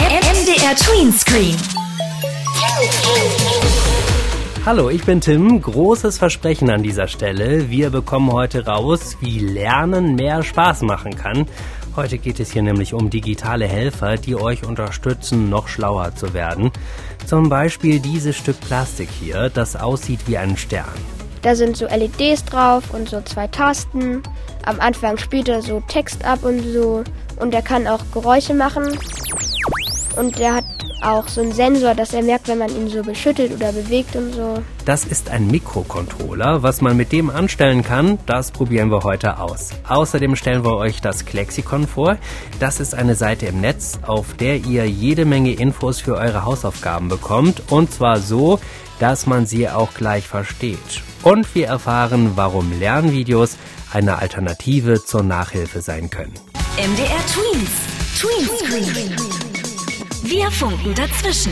MDR Tweenscreen. Hallo, ich bin Tim. Großes Versprechen an dieser Stelle. Wir bekommen heute raus, wie Lernen mehr Spaß machen kann. Heute geht es hier nämlich um digitale Helfer, die euch unterstützen, noch schlauer zu werden. Zum Beispiel dieses Stück Plastik hier, das aussieht wie ein Stern. Da sind so LEDs drauf und so 2 Tasten. Am Anfang spielt er so Text ab und so. Und er kann auch Geräusche machen. Und der hat auch so einen Sensor, dass er merkt, wenn man ihn so beschüttelt oder bewegt und so. Das ist ein Mikrocontroller. Was man mit dem anstellen kann, das probieren wir heute aus. Außerdem stellen wir euch das Klexikon vor. Das ist eine Seite im Netz, auf der ihr jede Menge Infos für eure Hausaufgaben bekommt. Und zwar so, dass man sie auch gleich versteht. Und wir erfahren, warum Lernvideos eine Alternative zur Nachhilfe sein können. MDR Tweenscreen. Wir funken dazwischen.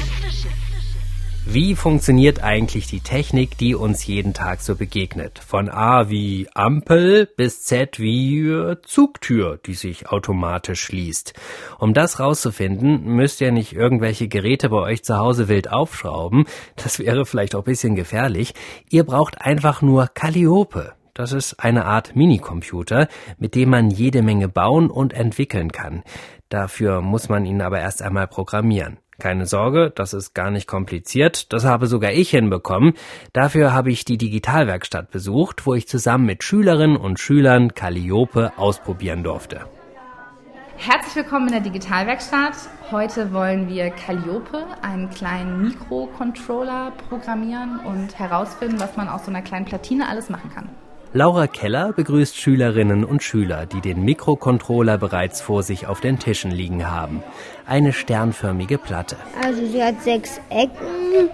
Wie funktioniert eigentlich die Technik, die uns jeden Tag so begegnet? Von A wie Ampel bis Z wie Zugtür, die sich automatisch schließt. Um das rauszufinden, müsst ihr nicht irgendwelche Geräte bei euch zu Hause wild aufschrauben. Das wäre vielleicht auch ein bisschen gefährlich. Ihr braucht einfach nur Calliope. Das ist eine Art Minicomputer, mit dem man jede Menge bauen und entwickeln kann. Dafür muss man ihn aber erst einmal programmieren. Keine Sorge, das ist gar nicht kompliziert. Das habe sogar ich hinbekommen. Dafür habe ich die Digitalwerkstatt besucht, wo ich zusammen mit Schülerinnen und Schülern Calliope ausprobieren durfte. Herzlich willkommen in der Digitalwerkstatt. Heute wollen wir Calliope, einen kleinen Mikrocontroller, programmieren und herausfinden, was man aus so einer kleinen Platine alles machen kann. Laura Keller begrüßt Schülerinnen und Schüler, die den Mikrocontroller bereits vor sich auf den Tischen liegen haben. Eine sternförmige Platte. Also sie hat 6 Ecken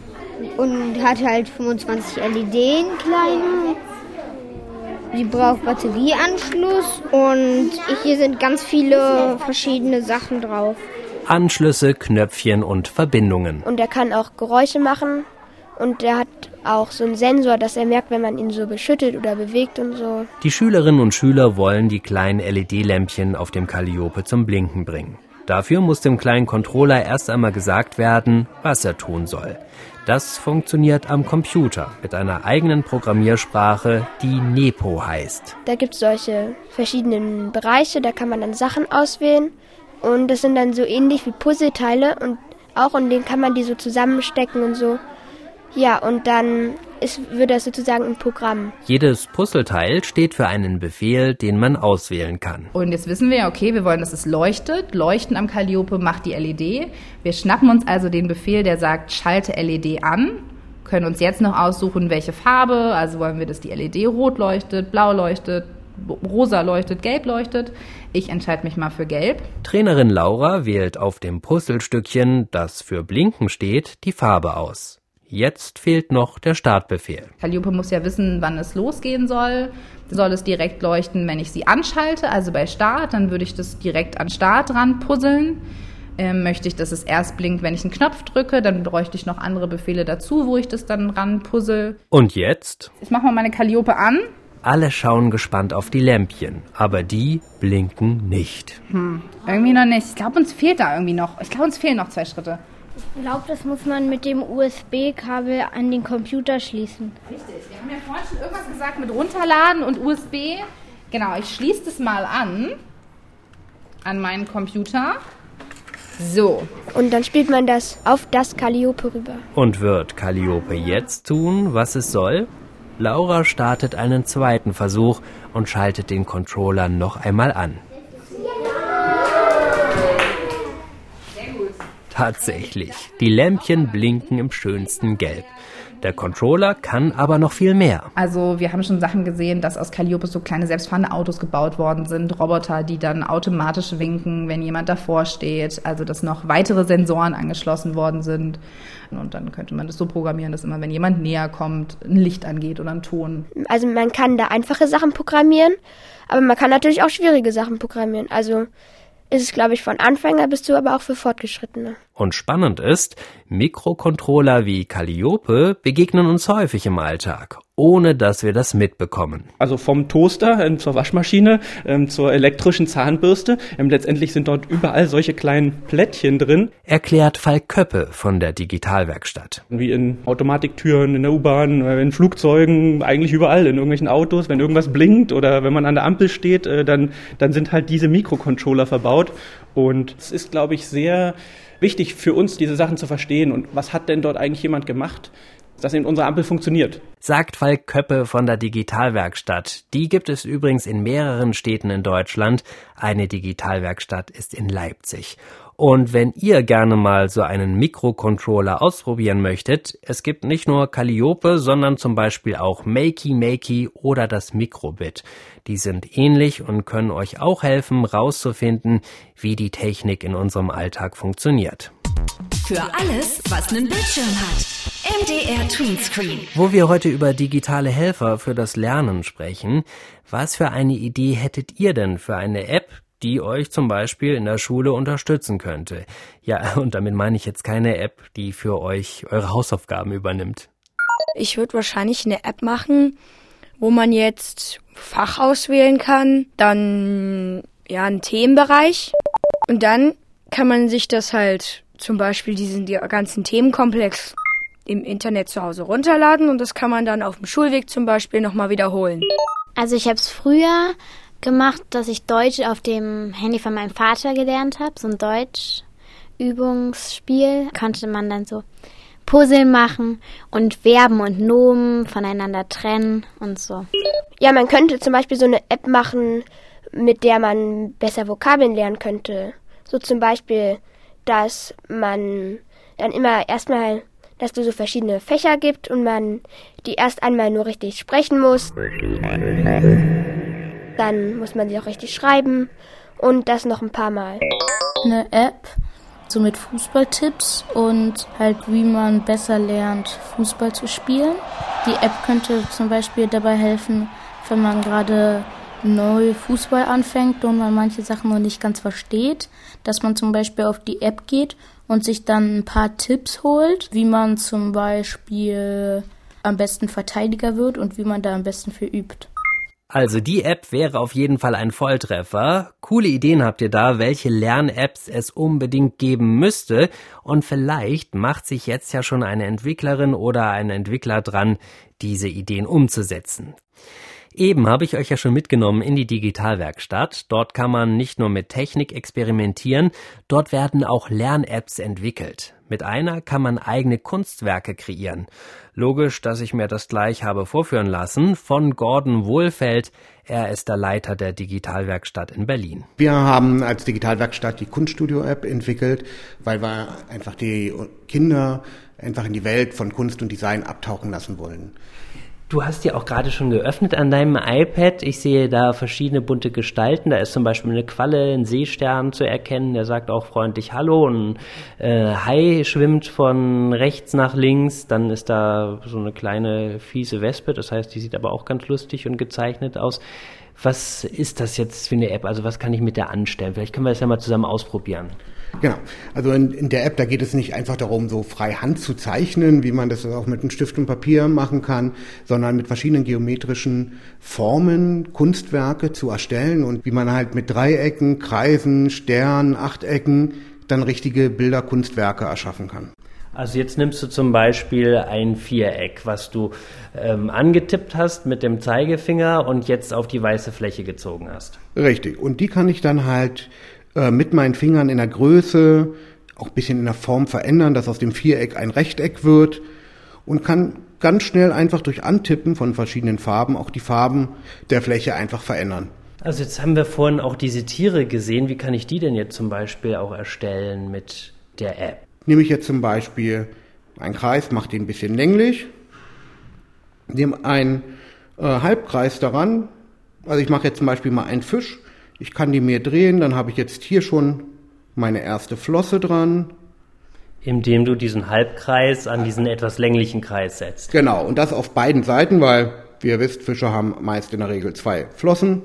und hat halt 25 LEDs kleine. Sie braucht Batterieanschluss und hier sind ganz viele verschiedene Sachen drauf. Anschlüsse, Knöpfchen und Verbindungen. Und er kann auch Geräusche machen. Und der hat auch so einen Sensor, dass er merkt, wenn man ihn so beschüttelt oder bewegt und so. Die Schülerinnen und Schüler wollen die kleinen LED-Lämpchen auf dem Calliope zum Blinken bringen. Dafür muss dem kleinen Controller erst einmal gesagt werden, was er tun soll. Das funktioniert am Computer mit einer eigenen Programmiersprache, die Nepo heißt. Da gibt es solche verschiedenen Bereiche, da kann man dann Sachen auswählen. Und das sind dann so ähnlich wie Puzzleteile und denen kann man die so zusammenstecken und so. Ja, und dann wird das sozusagen ein Programm. Jedes Puzzleteil steht für einen Befehl, den man auswählen kann. Und jetzt wissen wir ja, okay, wir wollen, dass es leuchtet. Leuchten am Calliope macht die LED. Wir schnappen uns also den Befehl, der sagt, schalte LED an. Können uns jetzt noch aussuchen, welche Farbe. Also wollen wir, dass die LED rot leuchtet, blau leuchtet, rosa leuchtet, gelb leuchtet. Ich entscheide mich mal für gelb. Trainerin Laura wählt auf dem Puzzlestückchen, das für Blinken steht, die Farbe aus. Jetzt fehlt noch der Startbefehl. Calliope muss ja wissen, wann es losgehen soll. Soll es direkt leuchten, wenn ich sie anschalte, also bei Start, dann würde ich das direkt an Start ran puzzeln. Möchte ich, dass es erst blinkt, wenn ich einen Knopf drücke, dann bräuchte ich noch andere Befehle dazu, wo ich das dann ran puzzle. Und jetzt? Ich mache mal meine Calliope an. Alle schauen gespannt auf die Lämpchen, aber die blinken nicht. Irgendwie noch nicht. Ich glaube, uns fehlt da irgendwie noch. Ich glaube, uns fehlen noch 2 Schritte. Ich glaube, das muss man mit dem USB-Kabel an den Computer schließen. Richtig, wir haben ja vorhin schon irgendwas gesagt mit runterladen und USB. Genau, ich schließe das mal an meinen Computer. So. Und dann spielt man das auf das Calliope rüber. Und wird Calliope jetzt tun, was es soll? Laura startet einen zweiten Versuch und schaltet den Controller noch einmal an. Tatsächlich, die Lämpchen blinken im schönsten Gelb. Der Controller kann aber noch viel mehr. Also wir haben schon Sachen gesehen, dass aus Calliope so kleine selbstfahrende Autos gebaut worden sind, Roboter, die dann automatisch winken, wenn jemand davor steht, also dass noch weitere Sensoren angeschlossen worden sind. Und dann könnte man das so programmieren, dass immer, wenn jemand näher kommt, ein Licht angeht oder ein Ton. Also man kann da einfache Sachen programmieren, aber man kann natürlich auch schwierige Sachen programmieren. Also ist es, glaube ich, von Anfänger bis zu, aber auch für Fortgeschrittene. Und spannend ist, Mikrocontroller wie Calliope begegnen uns häufig im Alltag. ohne dass wir das mitbekommen. Also vom Toaster zur Waschmaschine, zur elektrischen Zahnbürste. Letztendlich sind dort überall solche kleinen Plättchen drin. Erklärt Falk Köppe von der Digitalwerkstatt. Wie in Automatiktüren, in der U-Bahn, in Flugzeugen, eigentlich überall, in irgendwelchen Autos. Wenn irgendwas blinkt oder wenn man an der Ampel steht, dann sind halt diese Mikrocontroller verbaut. Und es ist, glaube ich, sehr wichtig für uns, diese Sachen zu verstehen. Und was hat denn dort eigentlich jemand gemacht, dass in unserer Ampel funktioniert? Sagt Falk Köppe von der Digitalwerkstatt. Die gibt es übrigens in mehreren Städten in Deutschland. Eine Digitalwerkstatt ist in Leipzig. Und wenn ihr gerne mal so einen Mikrocontroller ausprobieren möchtet, es gibt nicht nur Calliope, sondern zum Beispiel auch Makey oder das Mikrobit. Die sind ähnlich und können euch auch helfen, rauszufinden, wie die Technik in unserem Alltag funktioniert. Für alles, was einen Bildschirm hat. MDR Tweenscreen. Wo wir heute über digitale Helfer für das Lernen sprechen, was für eine Idee hättet ihr denn für eine App, die euch zum Beispiel in der Schule unterstützen könnte? Ja, und damit meine ich jetzt keine App, die für euch eure Hausaufgaben übernimmt. Ich würde wahrscheinlich eine App machen, wo man jetzt Fach auswählen kann, dann ja einen Themenbereich und dann kann man sich das halt zum Beispiel diesen ganzen Themenkomplex im Internet zu Hause runterladen und das kann man dann auf dem Schulweg zum Beispiel nochmal wiederholen. Also ich habe es früher gemacht, dass ich Deutsch auf dem Handy von meinem Vater gelernt habe, so ein Deutschübungsspiel. Konnte man dann so Puzzle machen und Verben und Nomen voneinander trennen und so. Ja, man könnte zum Beispiel so eine App machen, mit der man besser Vokabeln lernen könnte. So zum Beispiel, dass man dann immer erstmal, dass du so verschiedene Fächer gibt und man die erst einmal nur richtig sprechen muss. Dann muss man sie auch richtig schreiben und das noch ein paar Mal. Eine App, so mit Fußballtipps und halt wie man besser lernt, Fußball zu spielen. Die App könnte zum Beispiel dabei helfen, wenn man gerade neu Fußball anfängt und man manche Sachen noch nicht ganz versteht, dass man zum Beispiel auf die App geht und sich dann ein paar Tipps holt, wie man zum Beispiel am besten Verteidiger wird und wie man da am besten für übt. Also die App wäre auf jeden Fall ein Volltreffer. Coole Ideen habt ihr da, welche Lern-Apps es unbedingt geben müsste. Und vielleicht macht sich jetzt ja schon eine Entwicklerin oder ein Entwickler dran, diese Ideen umzusetzen. Eben habe ich euch ja schon mitgenommen in die Digitalwerkstatt. Dort kann man nicht nur mit Technik experimentieren, dort werden auch Lern-Apps entwickelt. Mit einer kann man eigene Kunstwerke kreieren. Logisch, dass ich mir das gleich habe vorführen lassen von Gordon Wohlfeld. Er ist der Leiter der Digitalwerkstatt in Berlin. Wir haben als Digitalwerkstatt die Kunststudio-App entwickelt, weil wir einfach die Kinder einfach in die Welt von Kunst und Design abtauchen lassen wollen. Du hast ja auch gerade schon geöffnet an deinem iPad. Ich sehe da verschiedene bunte Gestalten. Da ist zum Beispiel eine Qualle, ein Seestern zu erkennen. Der sagt auch freundlich Hallo. Ein Hai schwimmt von rechts nach links. Dann ist da so eine kleine fiese Wespe. Das heißt, die sieht aber auch ganz lustig und gezeichnet aus. Was ist das jetzt für eine App? Also was kann ich mit der anstellen? Vielleicht können wir das ja mal zusammen ausprobieren. Genau, also in der App, da geht es nicht einfach darum, so frei Hand zu zeichnen, wie man das auch mit einem Stift und Papier machen kann, sondern mit verschiedenen geometrischen Formen Kunstwerke zu erstellen und wie man halt mit Dreiecken, Kreisen, Sternen, Achtecken dann richtige Bilder, Kunstwerke erschaffen kann. Also jetzt nimmst du zum Beispiel ein Viereck, was du angetippt hast mit dem Zeigefinger und jetzt auf die weiße Fläche gezogen hast. Richtig, und die kann ich dann halt mit meinen Fingern in der Größe, auch ein bisschen in der Form verändern, dass aus dem Viereck ein Rechteck wird und kann ganz schnell einfach durch Antippen von verschiedenen Farben auch die Farben der Fläche einfach verändern. Also jetzt haben wir vorhin auch diese Tiere gesehen. Wie kann ich die denn jetzt zum Beispiel auch erstellen mit der App? Nehme ich jetzt zum Beispiel einen Kreis, mache den ein bisschen länglich, nehme einen Halbkreis daran, also ich mache jetzt zum Beispiel mal einen Fisch. Ich kann die mir drehen, dann habe ich jetzt hier schon meine erste Flosse dran. Indem du diesen Halbkreis an diesen etwas länglichen Kreis setzt. Genau, und das auf beiden Seiten, weil, wie ihr wisst, Fische haben meist in der Regel 2 Flossen.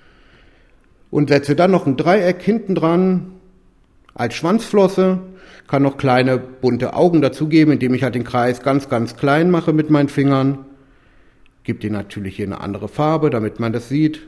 Und setze dann noch ein Dreieck hinten dran als Schwanzflosse. Kann noch kleine bunte Augen dazugeben, indem ich halt den Kreis ganz, ganz klein mache mit meinen Fingern. gebe denen natürlich hier eine andere Farbe, damit man das sieht.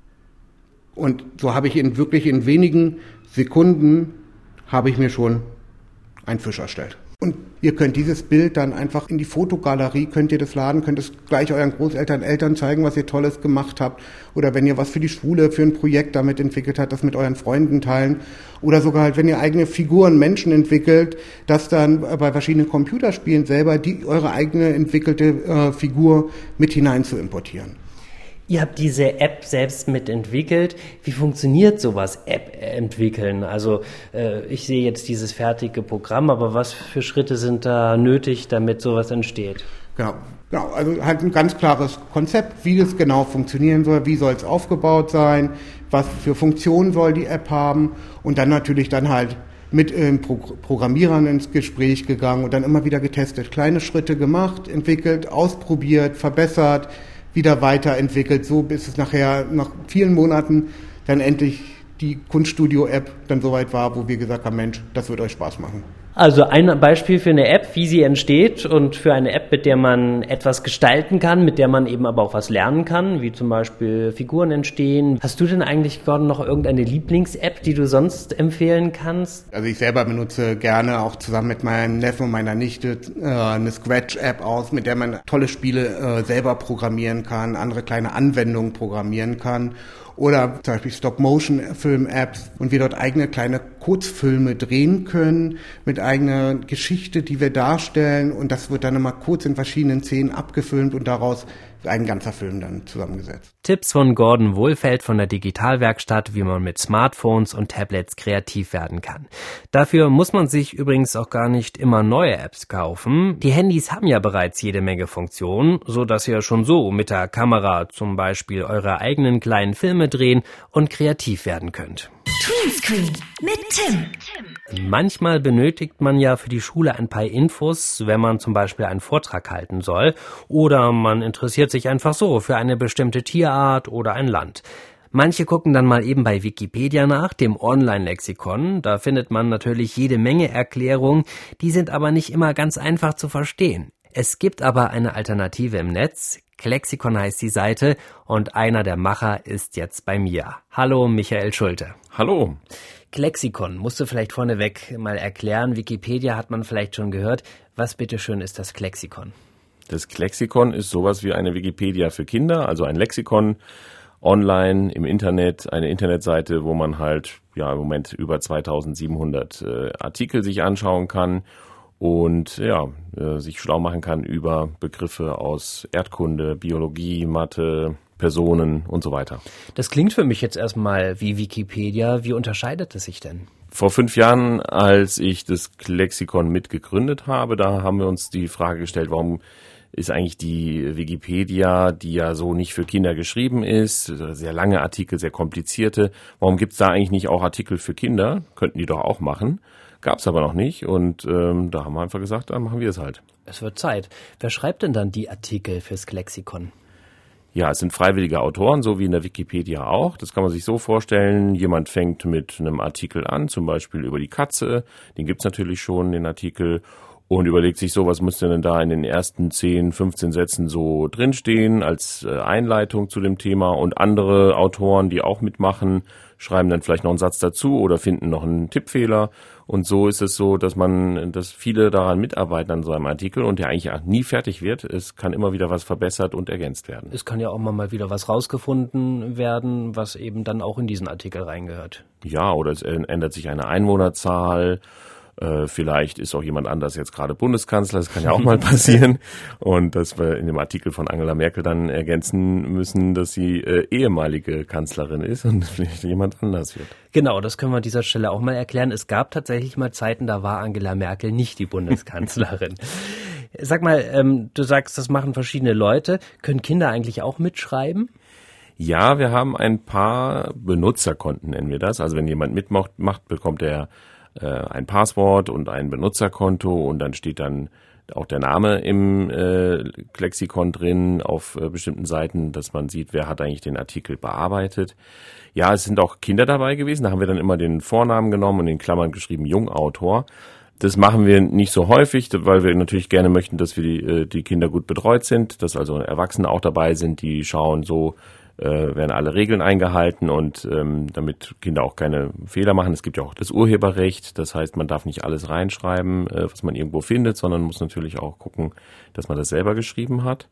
Und so habe ich wirklich in wenigen Sekunden habe ich mir schon einen Fisch erstellt. Und ihr könnt dieses Bild dann einfach in die Fotogalerie, könnt ihr das laden, könnt es gleich euren Großeltern, Eltern zeigen, was ihr Tolles gemacht habt. Oder wenn ihr was für die Schule, für ein Projekt damit entwickelt habt, das mit euren Freunden teilen. Oder sogar halt, wenn ihr eigene Figuren, Menschen entwickelt, das dann bei verschiedenen Computerspielen selber eure eigene entwickelte Figur mit hinein zu importieren. Ihr habt diese App selbst mitentwickelt. Wie funktioniert sowas, App entwickeln? Also ich sehe jetzt dieses fertige Programm, aber was für Schritte sind da nötig, damit sowas entsteht? Genau, also halt ein ganz klares Konzept, wie das genau funktionieren soll, wie soll es aufgebaut sein, was für Funktionen soll die App haben und dann natürlich dann halt mit Programmierern ins Gespräch gegangen und dann immer wieder getestet, kleine Schritte gemacht, entwickelt, ausprobiert, verbessert, wieder weiterentwickelt, so bis es nachher nach vielen Monaten dann endlich die Kunststudio-App dann soweit war, wo wir gesagt haben, Mensch, das wird euch Spaß machen. Also ein Beispiel für eine App, wie sie entsteht und für eine App, mit der man etwas gestalten kann, mit der man eben aber auch was lernen kann, wie zum Beispiel Figuren entstehen. Hast du denn eigentlich, Gordon, noch irgendeine Lieblings-App, die du sonst empfehlen kannst? Also ich selber benutze gerne auch zusammen mit meinem Neffen und meiner Nichte eine Scratch-App aus, mit der man tolle Spiele selber programmieren kann, andere kleine Anwendungen programmieren kann. Oder zum Beispiel Stop-Motion-Film-Apps und wir dort eigene kleine Kurzfilme drehen können mit eigener Geschichte, die wir darstellen und das wird dann immer kurz in verschiedenen Szenen abgefilmt und daraus ein ganzer Film dann zusammengesetzt. Tipps von Gordon Wohlfeld von der Digitalwerkstatt, wie man mit Smartphones und Tablets kreativ werden kann. Dafür muss man sich übrigens auch gar nicht immer neue Apps kaufen. Die Handys haben ja bereits jede Menge Funktionen, so dass ihr schon so mit der Kamera zum Beispiel eure eigenen kleinen Filme drehen und kreativ werden könnt. Tweenscreen mit Tim. Manchmal benötigt man ja für die Schule ein paar Infos, wenn man zum Beispiel einen Vortrag halten soll, oder man interessiert sich einfach so für eine bestimmte Tierart oder ein Land. Manche gucken dann mal eben bei Wikipedia nach, dem Online-Lexikon. Da findet man natürlich jede Menge Erklärungen, die sind aber nicht immer ganz einfach zu verstehen. Es gibt aber eine Alternative im Netz. Klexikon heißt die Seite und einer der Macher ist jetzt bei mir. Hallo, Michael Schulte. Hallo. Klexikon, musst du vielleicht vorneweg mal erklären. Wikipedia hat man vielleicht schon gehört. Was bitteschön ist das Klexikon? Das Klexikon ist sowas wie eine Wikipedia für Kinder, also ein Lexikon online im Internet, eine Internetseite, wo man halt im Moment über 2700 Artikel sich anschauen kann und sich schlau machen kann über Begriffe aus Erdkunde, Biologie, Mathe, Personen und so weiter. Das klingt für mich jetzt erstmal wie Wikipedia. Wie unterscheidet es sich denn? Vor 5 Jahren, als ich das Klexikon mitgegründet habe, da haben wir uns die Frage gestellt, warum ist eigentlich die Wikipedia, die ja so nicht für Kinder geschrieben ist, sehr lange Artikel, sehr komplizierte, warum gibt es da eigentlich nicht auch Artikel für Kinder? Könnten die doch auch machen. Gab es aber noch nicht und da haben wir einfach gesagt, dann machen wir es halt. Es wird Zeit. Wer schreibt denn dann die Artikel fürs Klexikon? Ja, es sind freiwillige Autoren, so wie in der Wikipedia auch. Das kann man sich so vorstellen, jemand fängt mit einem Artikel an, zum Beispiel über die Katze, den gibt's natürlich schon, den Artikel, und überlegt sich so, was müsste denn da in den ersten 10, 15 Sätzen so drinstehen als Einleitung zu dem Thema, und andere Autoren, die auch mitmachen, schreiben dann vielleicht noch einen Satz dazu oder finden noch einen Tippfehler. Und so ist es so, dass viele daran mitarbeiten an so einem Artikel und der eigentlich auch nie fertig wird. Es kann immer wieder was verbessert und ergänzt werden. Es kann ja auch mal wieder was rausgefunden werden, was eben dann auch in diesen Artikel reingehört. Ja, oder es ändert sich eine Einwohnerzahl. Vielleicht ist auch jemand anders jetzt gerade Bundeskanzler, das kann ja auch mal passieren. Und dass wir in dem Artikel von Angela Merkel dann ergänzen müssen, dass sie ehemalige Kanzlerin ist und vielleicht jemand anders wird. Genau, das können wir an dieser Stelle auch mal erklären. Es gab tatsächlich mal Zeiten, da war Angela Merkel nicht die Bundeskanzlerin. Sag mal, du sagst, das machen verschiedene Leute. Können Kinder eigentlich auch mitschreiben? Ja, wir haben ein paar Benutzerkonten, nennen wir das. Also wenn jemand mitmacht, bekommt er ein Passwort und ein Benutzerkonto und dann steht dann auch der Name im Klexikon drin auf bestimmten Seiten, dass man sieht, wer hat eigentlich den Artikel bearbeitet. Ja, es sind auch Kinder dabei gewesen, da haben wir dann immer den Vornamen genommen und in Klammern geschrieben Jungautor. Das machen wir nicht so häufig, weil wir natürlich gerne möchten, dass wir die Kinder gut betreut sind, dass also Erwachsene auch dabei sind, die schauen, so werden alle Regeln eingehalten und damit Kinder auch keine Fehler machen. Es gibt ja auch das Urheberrecht, das heißt, man darf nicht alles reinschreiben, was man irgendwo findet, sondern muss natürlich auch gucken, dass man das selber geschrieben hat.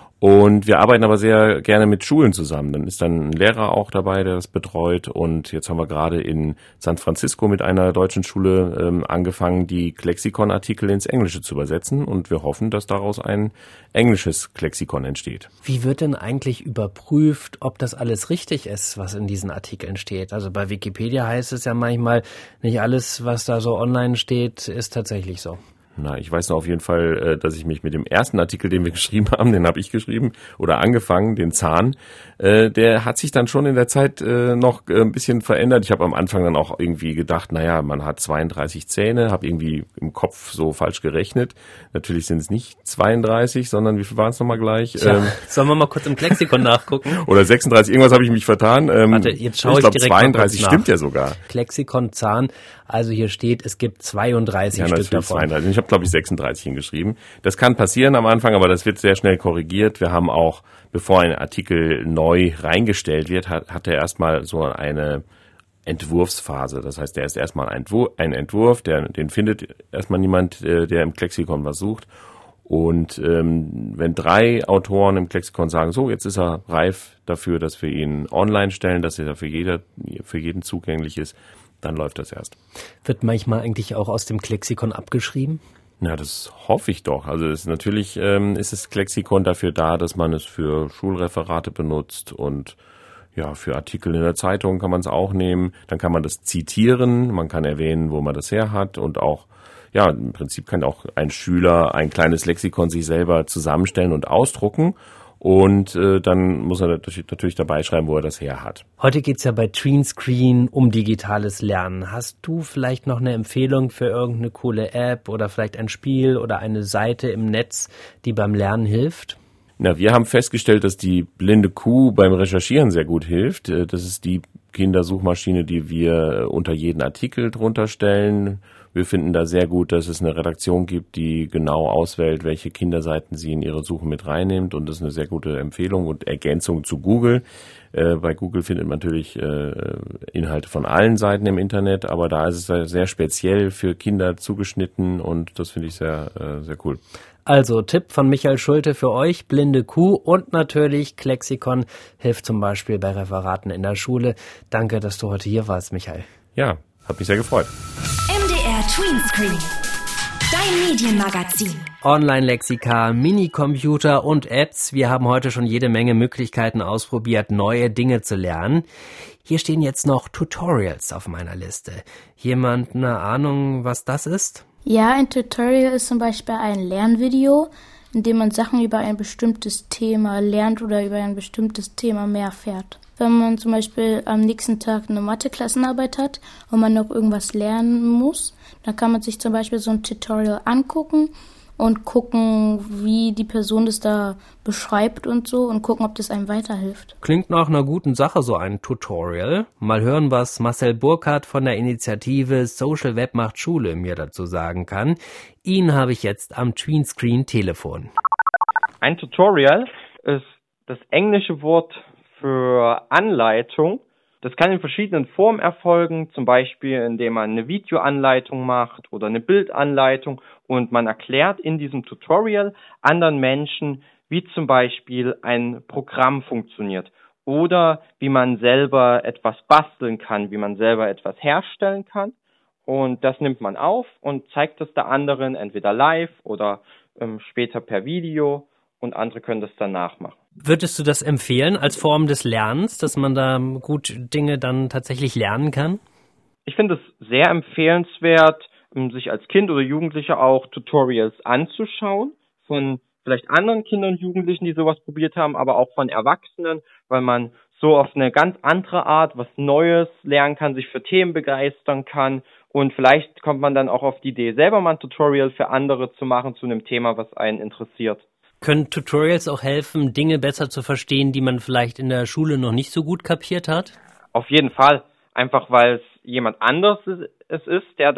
Und wir arbeiten aber sehr gerne mit Schulen zusammen. Dann ist dann ein Lehrer auch dabei, der das betreut. Und jetzt haben wir gerade in San Francisco mit einer deutschen Schule angefangen, die Klexikon-Artikel ins Englische zu übersetzen. Und wir hoffen, dass daraus ein englisches Klexikon entsteht. Wie wird denn eigentlich überprüft, ob das alles richtig ist, was in diesen Artikeln steht? Also bei Wikipedia heißt es ja manchmal, nicht alles, was da so online steht, ist tatsächlich so. Na, ich weiß noch auf jeden Fall, dass ich mich mit dem ersten Artikel, den wir geschrieben haben, den habe ich geschrieben oder angefangen, den Zahn, der hat sich dann schon in der Zeit noch ein bisschen verändert. Ich habe am Anfang dann auch irgendwie gedacht, naja, man hat 32 Zähne, habe irgendwie im Kopf so falsch gerechnet. Natürlich sind es nicht 32, sondern wie viel waren es nochmal gleich? Tja, sollen wir mal kurz im Klexikon nachgucken? Oder 36, irgendwas habe ich mich vertan. Warte, jetzt schaue ich direkt 32 stimmt ja sogar. Klexikon Zahn, also hier steht, es gibt 32 Stück davon. 32. Ich habe, glaube ich, 36 hingeschrieben. Das kann passieren am Anfang, aber das wird sehr schnell korrigiert. Wir haben auch, bevor ein Artikel neu reingestellt wird, hat er erstmal so eine Entwurfsphase. Das heißt, der ist erstmal ein Entwurf, den findet erstmal niemand, der im Klexikon was sucht. Und wenn 3 Autoren im Klexikon sagen, so, jetzt ist er reif dafür, dass wir ihn online stellen, dass er für jeden zugänglich ist, dann läuft das erst. Wird manchmal eigentlich auch aus dem Klexikon abgeschrieben? Ja, das hoffe ich doch. Also natürlich ist das Klexikon dafür da, dass man es für Schulreferate benutzt und ja, für Artikel in der Zeitung kann man es auch nehmen. Dann kann man das zitieren, man kann erwähnen, wo man das her hat und auch, ja, im Prinzip kann auch ein Schüler ein kleines Lexikon sich selber zusammenstellen und ausdrucken. Und dann muss er natürlich dabei schreiben, wo er das her hat. Heute geht's ja bei Tweenscreen um digitales Lernen. Hast du vielleicht noch eine Empfehlung für irgendeine coole App oder vielleicht ein Spiel oder eine Seite im Netz, die beim Lernen hilft? Na, wir haben festgestellt, dass die blinde Kuh beim Recherchieren sehr gut hilft. Das ist die Kindersuchmaschine, die wir unter jeden Artikel drunter stellen. Wir finden da sehr gut, dass es eine Redaktion gibt, die genau auswählt, welche Kinderseiten sie in ihre Suche mit reinnimmt. Und das ist eine sehr gute Empfehlung und Ergänzung zu Google. Bei Google findet man natürlich Inhalte von allen Seiten im Internet, aber da ist es sehr speziell für Kinder zugeschnitten und das finde ich sehr, sehr cool. Also Tipp von Michael Schulte für euch, blinde Kuh und natürlich Klexikon hilft zum Beispiel bei Referaten in der Schule. Danke, dass du heute hier warst, Michael. Ja, hat mich sehr gefreut. MDR Tweenscreen, dein Medienmagazin. Online-Lexika, Minicomputer und Apps. Wir haben heute schon jede Menge Möglichkeiten ausprobiert, neue Dinge zu lernen. Hier stehen jetzt noch Tutorials auf meiner Liste. Jemand eine Ahnung, was das ist? Ja, ein Tutorial ist zum Beispiel ein Lernvideo, in dem man Sachen über ein bestimmtes Thema lernt oder über ein bestimmtes Thema mehr erfährt. Wenn man zum Beispiel am nächsten Tag eine Mathe-Klassenarbeit hat und man noch irgendwas lernen muss, dann kann man sich zum Beispiel so ein Tutorial angucken und gucken, wie die Person das da beschreibt und so und gucken, ob das einem weiterhilft. Klingt nach einer guten Sache, so ein Tutorial. Mal hören, was Marcel Burkhardt von der Initiative Social Web macht Schule mir dazu sagen kann. Ihn habe ich jetzt am Tweenscreen-Telefon. Ein Tutorial ist das englische Wort für Anleitung. Das kann in verschiedenen Formen erfolgen, zum Beispiel indem man eine Videoanleitung macht oder eine Bildanleitung und man erklärt in diesem Tutorial anderen Menschen, wie zum Beispiel ein Programm funktioniert oder wie man selber etwas basteln kann, wie man selber etwas herstellen kann. Und das nimmt man auf und zeigt es der anderen entweder live oder später per Video und andere können das dann nachmachen. Würdest du das empfehlen als Form des Lernens, dass man da gut Dinge dann tatsächlich lernen kann? Ich finde es sehr empfehlenswert, sich als Kind oder Jugendlicher auch Tutorials anzuschauen von vielleicht anderen Kindern und Jugendlichen, die sowas probiert haben, aber auch von Erwachsenen, weil man so auf eine ganz andere Art was Neues lernen kann, sich für Themen begeistern kann und vielleicht kommt man dann auch auf die Idee, selber mal ein Tutorial für andere zu machen zu einem Thema, was einen interessiert. Können Tutorials auch helfen, Dinge besser zu verstehen, die man vielleicht in der Schule noch nicht so gut kapiert hat? Auf jeden Fall. Einfach weil es jemand anderes ist, der das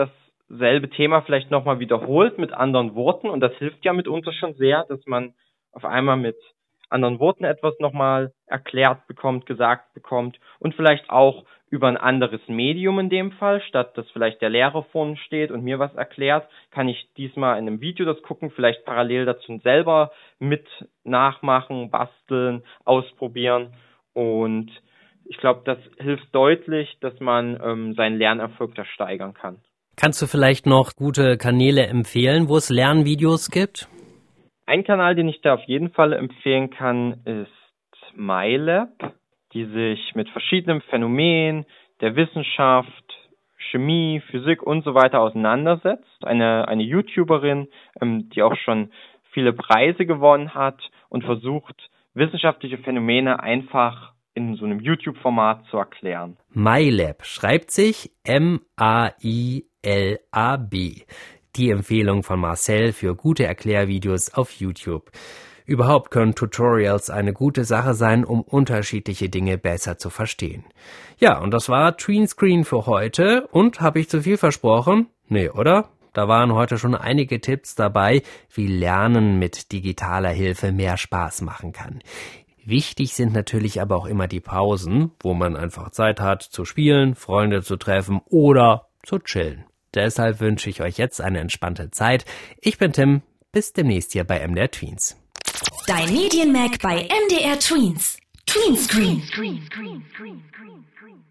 selbe Thema vielleicht nochmal wiederholt mit anderen Worten. Und das hilft ja mitunter schon sehr, dass man auf einmal mit anderen Worten etwas nochmal erklärt bekommt, gesagt bekommt und vielleicht auch über ein anderes Medium in dem Fall, statt dass vielleicht der Lehrer vorne steht und mir was erklärt, kann ich diesmal in einem Video das gucken, vielleicht parallel dazu selber mit nachmachen, basteln, ausprobieren. Und ich glaube, das hilft deutlich, dass man seinen Lernerfolg da steigern kann. Kannst du vielleicht noch gute Kanäle empfehlen, wo es Lernvideos gibt? Ein Kanal, den ich da auf jeden Fall empfehlen kann, ist MyLab, die sich mit verschiedenen Phänomenen der Wissenschaft, Chemie, Physik und so weiter auseinandersetzt. Eine YouTuberin, die auch schon viele Preise gewonnen hat und versucht, wissenschaftliche Phänomene einfach in so einem YouTube-Format zu erklären. MyLab schreibt sich MAILAB. Die Empfehlung von Marcel für gute Erklärvideos auf YouTube. Überhaupt können Tutorials eine gute Sache sein, um unterschiedliche Dinge besser zu verstehen. Ja, und das war Tweenscreen für heute. Und habe ich zu viel versprochen? Nee, oder? Da waren heute schon einige Tipps dabei, wie Lernen mit digitaler Hilfe mehr Spaß machen kann. Wichtig sind natürlich aber auch immer die Pausen, wo man einfach Zeit hat zu spielen, Freunde zu treffen oder zu chillen. Deshalb wünsche ich euch jetzt eine entspannte Zeit. Ich bin Tim, bis demnächst hier bei MDR Tweens. Dein Medienmag bei MDR Tweens. Tweenscreen.